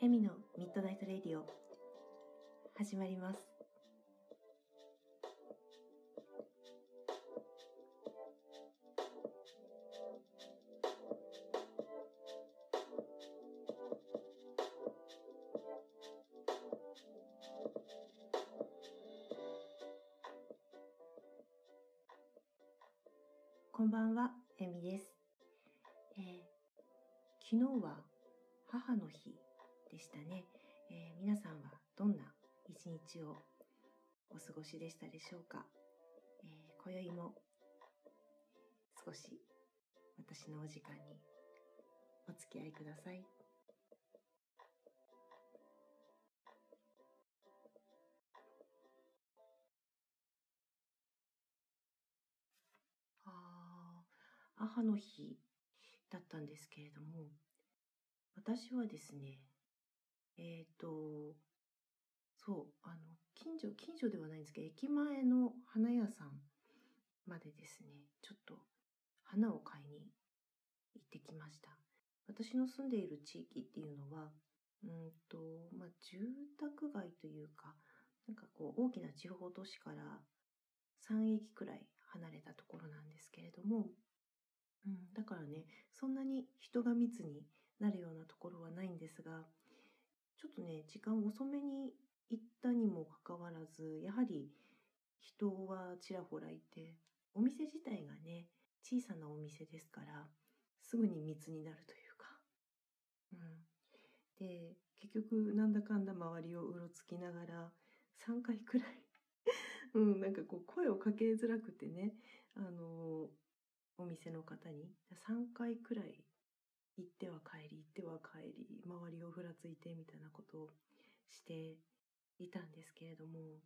エミのミッドナイトレディオ始まります。こんばんは、エミです。昨日は母の日でしたね。皆さんはどんな一日をお過ごしでしたでしょうか。今宵も少し私のお時間にお付き合いください。母の日だったんですけれども、私はですね、近所ではないんですけど、駅前の花屋さんまでですね、ちょっと花を買いに行ってきました。私の住んでいる地域っていうのは、住宅街というか、大きな地方都市から3駅くらい離れたところなんですけれども、だからね、そんなに人が密になるようなところはないんですが、ちょっとね、時間遅めに行ったにもかかわらず、やはり人はちらほらいて、お店自体がね、小さなお店ですから、すぐに密になるというか。で、結局なんだかんだ周りをうろつきながら、3回くらい声をかけづらくてね、お店の方に3回くらい行っては帰り、周りをふらついてみたいなことをしていたんですけれども、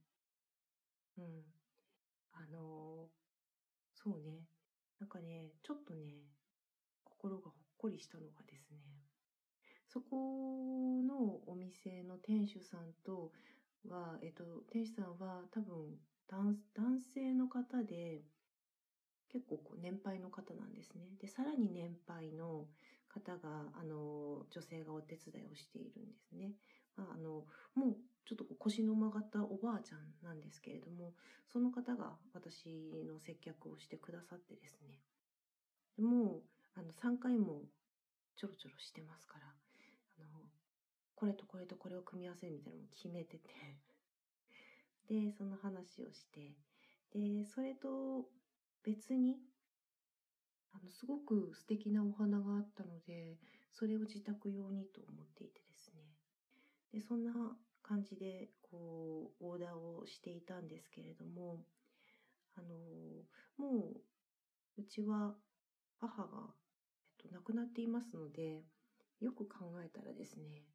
そうね、ちょっとね、心がほっこりしたのがですね、そこのお店の店主さんとは、店主さんは多分男性の方で、結構年配の方なんですね。で、さらに年配の方が、女性がお手伝いをしているんですね。もうちょっと腰の曲がったおばあちゃんなんですけれども、その方が私の接客をしてくださってですね。でも3回もちょろちょろしてますから、これとこれとこれを組み合わせるみたいなのを決めてて、で、その話をして、で、それと別に、すごく素敵なお花があったので、それを自宅用にと思っていてですね。で、そんな感じで、オーダーをしていたんですけれども、もう、うちは母が、亡くなっていますので、よく考えたらですね、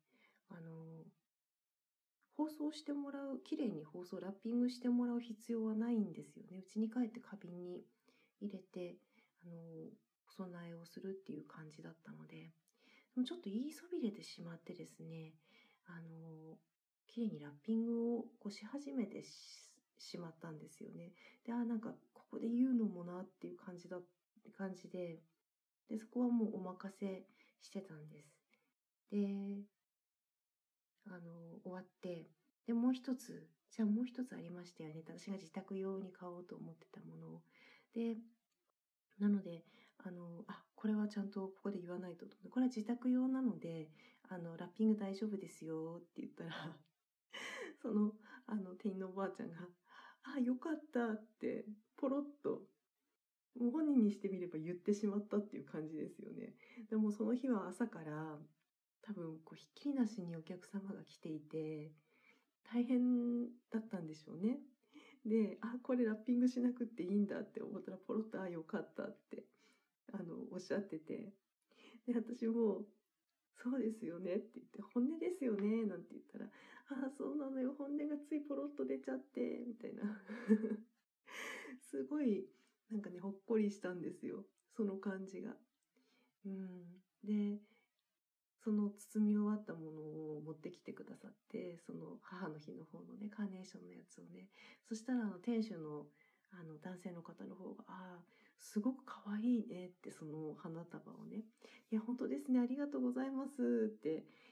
包装してもらう、きれいにラッピングしてもらう必要はないんですよね。うちに帰って花瓶に入れて、お供えをするっていう感じだったので、でもちょっと言いそびれてしまってですね、きれいにラッピングをし始めてしまったんですよね。で、ここで言うのもなっていう感じで、そこはもうお任せしてたんです。で、終わって、で、もう一つありましたよね。私が自宅用に買おうと思ってたものを。で、なので、これはちゃんとここで言わないとと思って、これは自宅用なので、ラッピング大丈夫ですよって言ったら、その、店員のおばあちゃんが、よかったって、ポロッと、もう本人にしてみれば言ってしまったっていう感じですよね。でもその日は朝から、多分ひっきりなしにお客様が来ていて、大変だったんでしょうね。で、これラッピングしなくっていいんだって思ったら、ポロッと、よかったって、おっしゃってて。で、私も、そうですよねって言って、本音ですよねなんて言ったら、そうなのよ、本音がついポロッと出ちゃって、みたいな。すごい、ほっこりしたんですよ。その感じが。で、その包み終わったものを持ってきてくださって、その母の日の方のね、カーネーションのやつをね。そしたら店主の男性の方の方が、すごく可愛いねって、その花束をね。いや、本当ですね、ありがとうございますって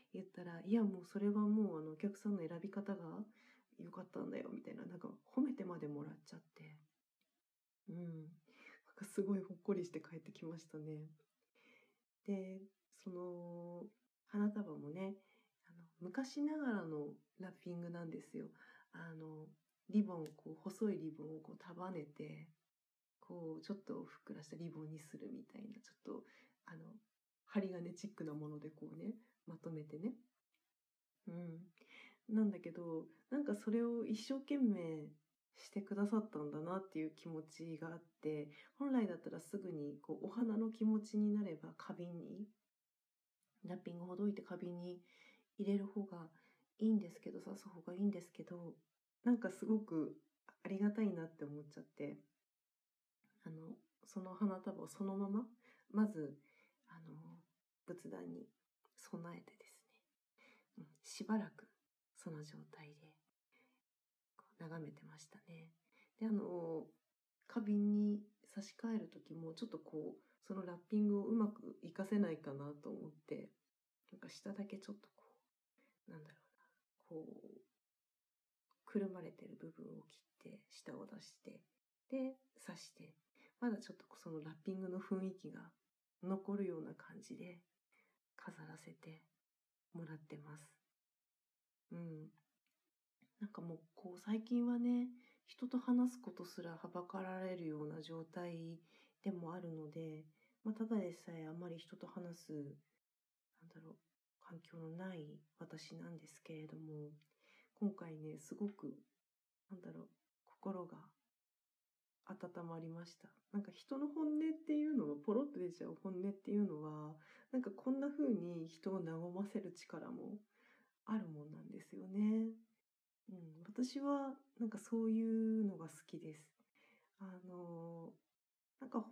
言ったら、いやもうそれはもうお客さんの選び方が良かったんだよみたいな、なんか褒めてまでもらっちゃって、うん、なんかすごいほっこりして帰ってきましたね。で、その花束もね、昔ながらのラッピングなんですよ。リボン、こう細いリボンをこう束ねて、こうちょっとふっくらしたリボンにするみたいな、ちょっとあの針金チックなものでこうね、まとめてね。うん。なんだけど、なんかそれを一生懸命してくださったんだなっていう気持ちがあって、本来だったらすぐにこうお花の気持ちになれば花瓶に、ラッピングほどいて花瓶に入れる方がいいんですけど、刺す方がいいんですけど、なんかすごくありがたいなって思っちゃって、あの、その花束をそのまま、まず、仏壇に備えてですね、しばらくその状態でこう眺めてましたね。で、花瓶に差し替える時も、ちょっとこう、そのラッピングをうまく活かせないかなと思って、なんか下だけちょっとこう、なんだろうな、こう、くるまれてる部分を切って、下を出して、で、刺して、まだちょっとそのラッピングの雰囲気が残るような感じで飾らせてもらってます。うん。なんかもう、こう、最近はね、人と話すことすらはばかられるような状態でもあるので、ただでさえあまり人と話す、なんだろう、環境のない私なんですけれども、今回ね、すごく、なんだろう、心が温まりました。なんか人の本音っていうのは、ポロッと出ちゃう本音っていうのは、なんかこんな風に人を和ませる力もあるもんなんですよね。うん、私はなんかそういうのが好きです。あの、なんか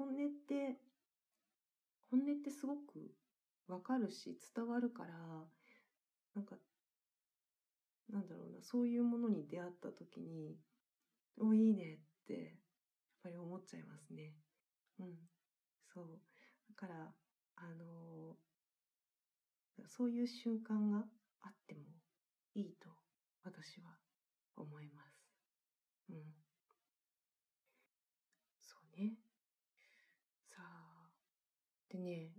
本音ってすごくわかるし伝わるから、なんか、なんだろうな、そういうものに出会った時に、お、いいねって、やっぱり思っちゃいますね。うん。そう。だから、あの、そういう瞬間があってもいいと私は思います。うん。そうね。さあ、でね、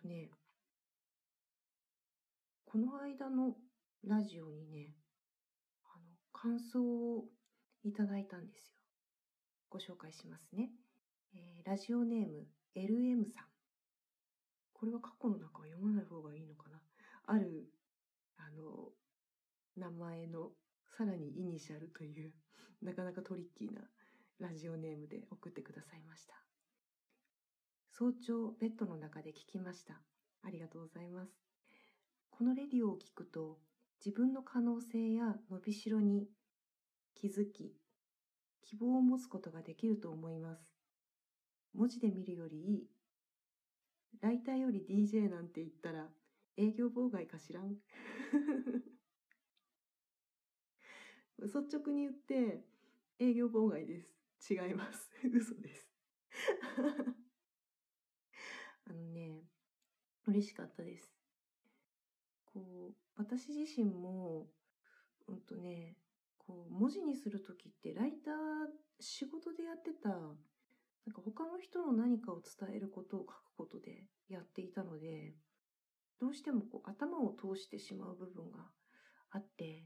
この間のラジオにね、感想をいただいたんですよ。ご紹介しますね。ラジオネーム LM さん。これは過去の中は読まない方がいいのかな。ある、あの、名前のさらにイニシャルという、なかなかトリッキーなラジオネームで送ってくださいました。早朝ベッドの中で聞きました。ありがとうございます。このレディオを聞くと、自分の可能性や伸びしろに気づき、希望を持つことができると思います。文字で見るよりいい。ライターより DJ なんて言ったら営業妨害かしらん。率直に言って営業妨害です。違います。嘘です。嬉しかったです。こう、私自身も、文字にするときってライター仕事でやってた、なんか他の人の何かを伝えることを書くことでやっていたので、どうしてもこう頭を通してしまう部分があって、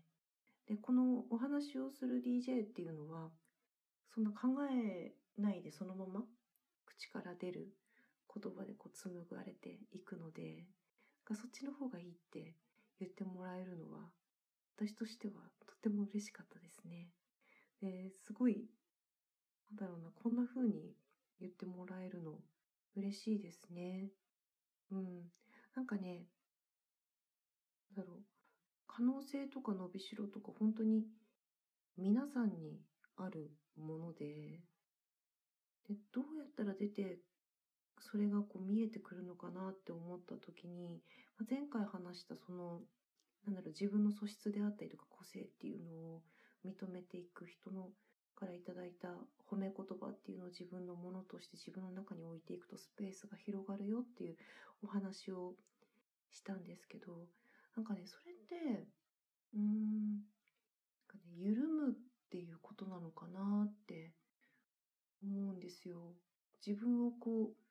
で、このお話をする DJ っていうのは、そんな考えないでそのまま口から出る言葉でこう紡がれていくので、そっちの方がいいって言ってもらえるのは、私としてはとても嬉しかったですね。で、すごい、こんな風に言ってもらえるの嬉しいですね。うん。なんかね、なんだろう、可能性とか伸びしろとか本当に皆さんにあるもので、どうやったら出て、それがこう見えてくるのかなって思った時に、前回話したその、自分の素質であったりとか個性っていうのを認めていく人のからいただいた褒め言葉っていうのを自分のものとして自分の中に置いていくとスペースが広がるよっていうお話をしたんですけど、 なんかね、それって、うーん、なんかね、緩むっていうことなのかなって思うんですよ。自分を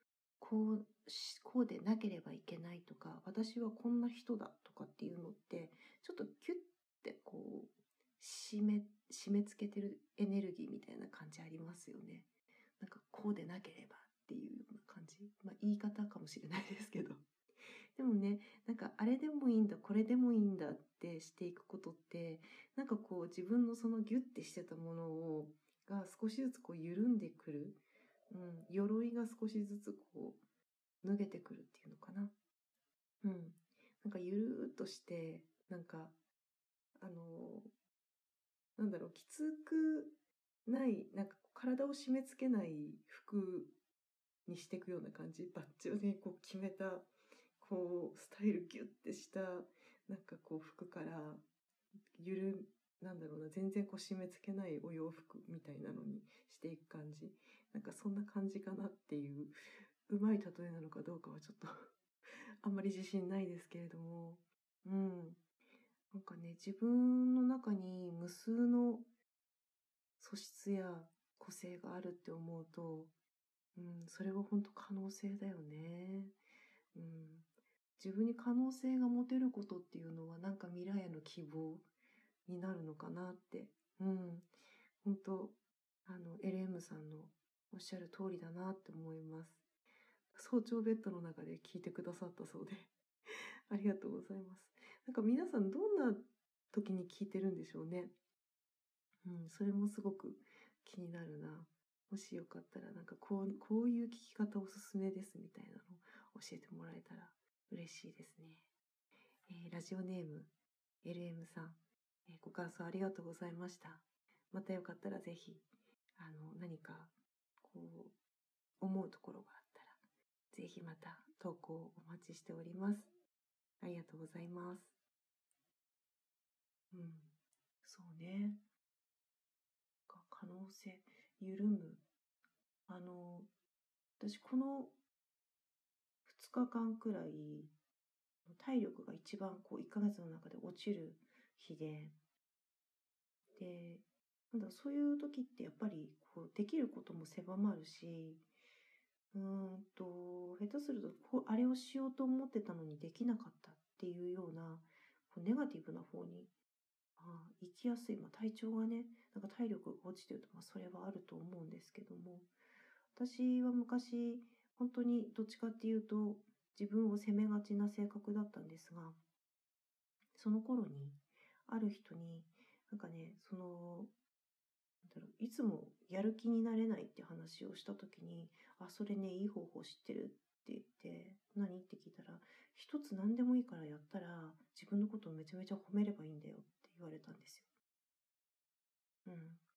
こうでなければいけないとか、私はこんな人だとかっていうのって、ちょっとキュッて締め付けてるエネルギーみたいな感じありますよね。なんかこうでなければっていうような感じ。まあ言い方かもしれないですけど。でもね、なんかあれでもいいんだ、これでもいいんだってしていくことって、なんか自分のそのギュッてしてたものが少しずつ緩んでくる。うん、鎧が少しずつ脱げてくるっていうのかな。うん。なんかゆるーっとして、なんか、あのきつくない、なんか体を締め付けない服にしていくような感じ。バッチリ決めた、スタイルギュッてした、なんか服から、ゆる、全然締め付けないお洋服みたいなのにしていく感じ。なんかそんな感じかなっていう、うまい例えなのかどうかはちょっとあんまり自信ないですけれども、うん。なんかね、自分の中に無数の素質や個性があるって思うと、うん、それは本当可能性だよね。うん、自分に可能性が持てることっていうのはなんか未来への希望になるのかなって、うん、本当LM さんのおっしゃる通りだなって思います。早朝ベッドの中で聞いてくださったそうでありがとうございます。なんか皆さんどんな時に聞いてるんでしょうね。うん、それもすごく気になるな。もしよかったらなんかこういう聞き方おすすめですみたいなのを教えてもらえたら嬉しいですね。ラジオネーム LM さん、ご感想ありがとうございました。またよかったらぜひ何か思うところがあったらぜひまた投稿お待ちしております。ありがとうございます。うん、そうね。可能性、緩む。私この2日間くらい、体力が一番1ヶ月の中で落ちる日で、そういう時ってやっぱりできることも狭まるし、下手するとあれをしようと思ってたのにできなかったっていうようなネガティブな方に行きやすい、体調がね、なんか体力が落ちてると、それはあると思うんですけども、私は昔、本当にどっちかっていうと、自分を責めがちな性格だったんですが、その頃に、ある人に、なんかね、いつもやる気になれないって話をした時に、それね、いい方法知ってるって言って、何って聞いたら、一つ何でもいいからやったら、自分のことをめちゃめちゃ褒めればいいんだよって言われたんですよ。うん。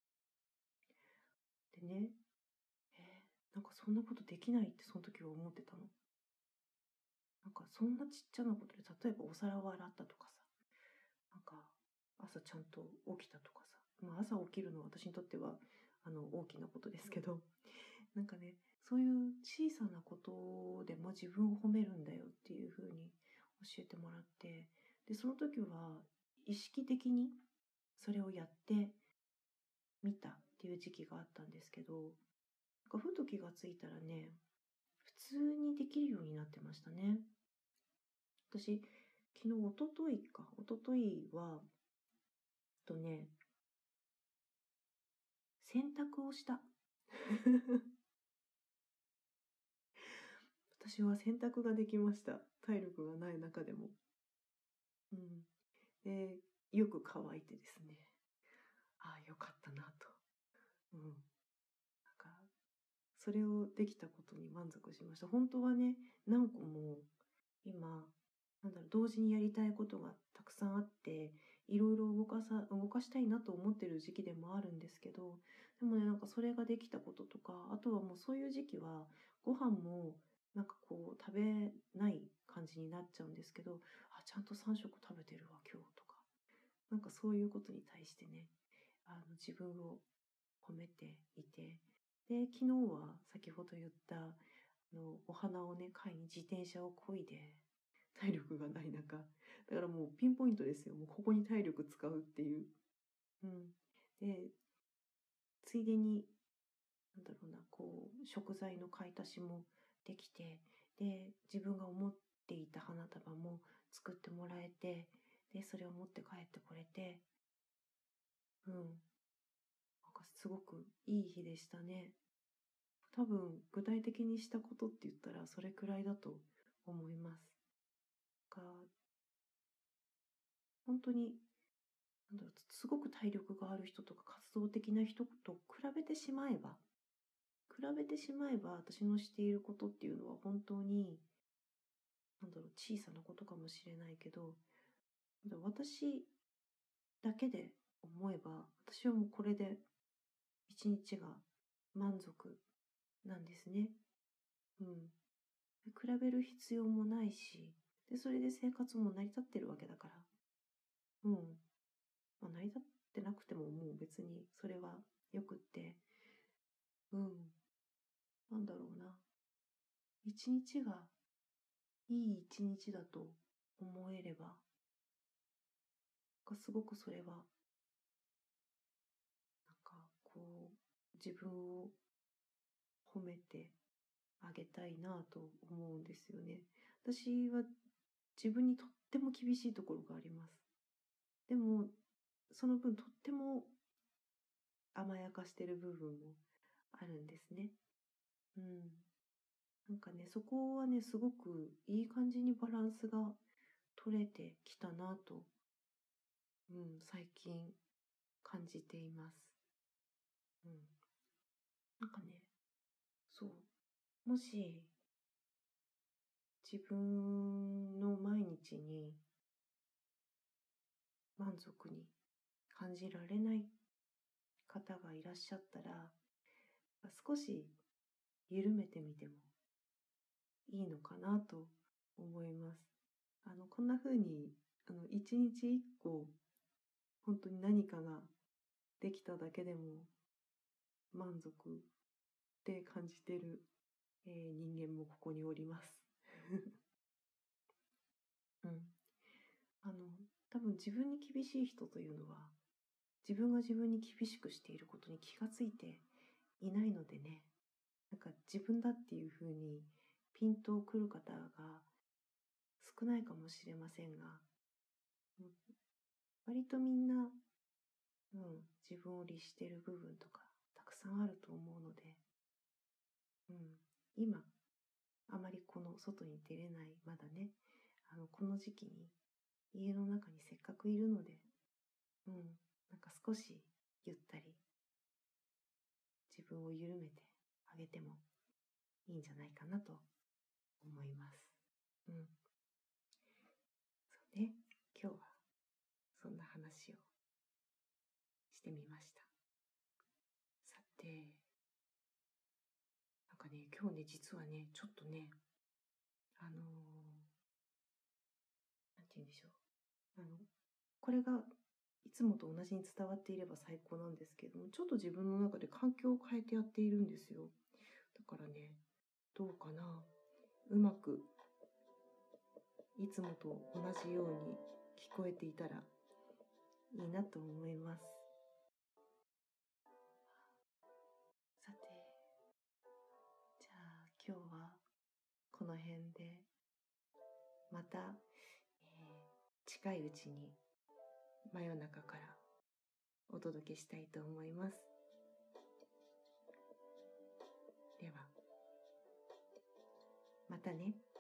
でね、なんかそんなことできないってその時は思ってたの。なんかそんなちっちゃなことで、例えばお皿を洗ったとかさ、なんか朝ちゃんと起きたとかさ、朝起きるのは私にとっては大きなことですけど、なんかね、そういう小さなことでも自分を褒めるんだよっていう風に教えてもらって、で、その時は意識的にそれをやってみたっていう時期があったんですけど、なんかふと気がついたらね、普通にできるようになってましたね。私、昨日、一昨日は、洗濯をした。私は洗濯ができました。体力がない中でも。うん。で、よく乾いてですね。よかったなと。うん。なんか、それをできたことに満足しました。本当はね、何個も今、同時にやりたいことがたくさんあって、いろいろ動かしたいなと思ってる時期でもあるんですけど、でもね、なんかそれができたこととか、あとはもうそういう時期は、ご飯も食べない感じになっちゃうんですけど、ちゃんと3食食べてるわ、今日とか。なんかそういうことに対してね、自分を褒めていて、で、昨日は先ほど言った、お花をね、買いに自転車を漕いで、体力がない中、 だからもうピンポイントですよ。もうここに体力使うっていう。うん。で、ついでに、なんだろうな、こう、食材の買い足しもできて、で、自分が思っていた花束も作ってもらえて、で、それを持って帰ってこれて、うん。なんかすごくいい日でしたね。多分、具体的にしたことって言ったら、それくらいだと思います。が、本当に、なんだろう、すごく体力がある人とか活動的な人と比べてしまえば、私のしていることっていうのは本当に、なんだろう、小さなことかもしれないけど、私だけで思えば、私はもうこれで一日が満足なんですね。うん。比べる必要もないし、で、それで生活も成り立ってるわけだから。うん。まあ、成り立ってなくてももう別にそれはよくって、うん。なんだろうな。一日がいい一日だと思えれば、すごくそれは、なんかこう、自分を褒めてあげたいなと思うんですよね。私は自分にとっても厳しいところがあります。でも、その分とっても甘やかしてる部分もあるんですね。うん。なんかね、そこはね、すごくいい感じにバランスが取れてきたなと、うん、最近感じています。うん。なんかね、そう。もし、自分の毎日に満足に感じられない方がいらっしゃったら、少し緩めてみてもいいのかなと思います。こんな風に、一日一個、本当に何かができただけでも満足って感じてる、人間もここにおります。うん。あの、多分自分に厳しい人というのは、自分が自分に厳しくしていることに気がついていないのでね、なんか自分だっていう風にピンとくる方が少ないかもしれませんが、うん、割とみんな、うん、自分を律している部分とかたくさんあると思うので、うん、今、あまりこの外に出れない、まだね、この時期に家の中にせっかくいるので、うん、なんか少しゆったり自分を緩めてあげてもいいんじゃないかなと思います。うん。そうね。今日はそんな話をしてみました。さて、なんかね、今日ね、実はね、ちょっとね、なんて言うんでしょう。これがいつもと同じに伝わっていれば最高なんですけれども、ちょっと自分の中で環境を変えてやっているんですよ。だからね、どうかな。うまく、いつもと同じように聞こえていたらいいなと思います。さて、じゃあ今日はこの辺で、また、近いうちに真夜中からお届けしたいと思います。では、またね。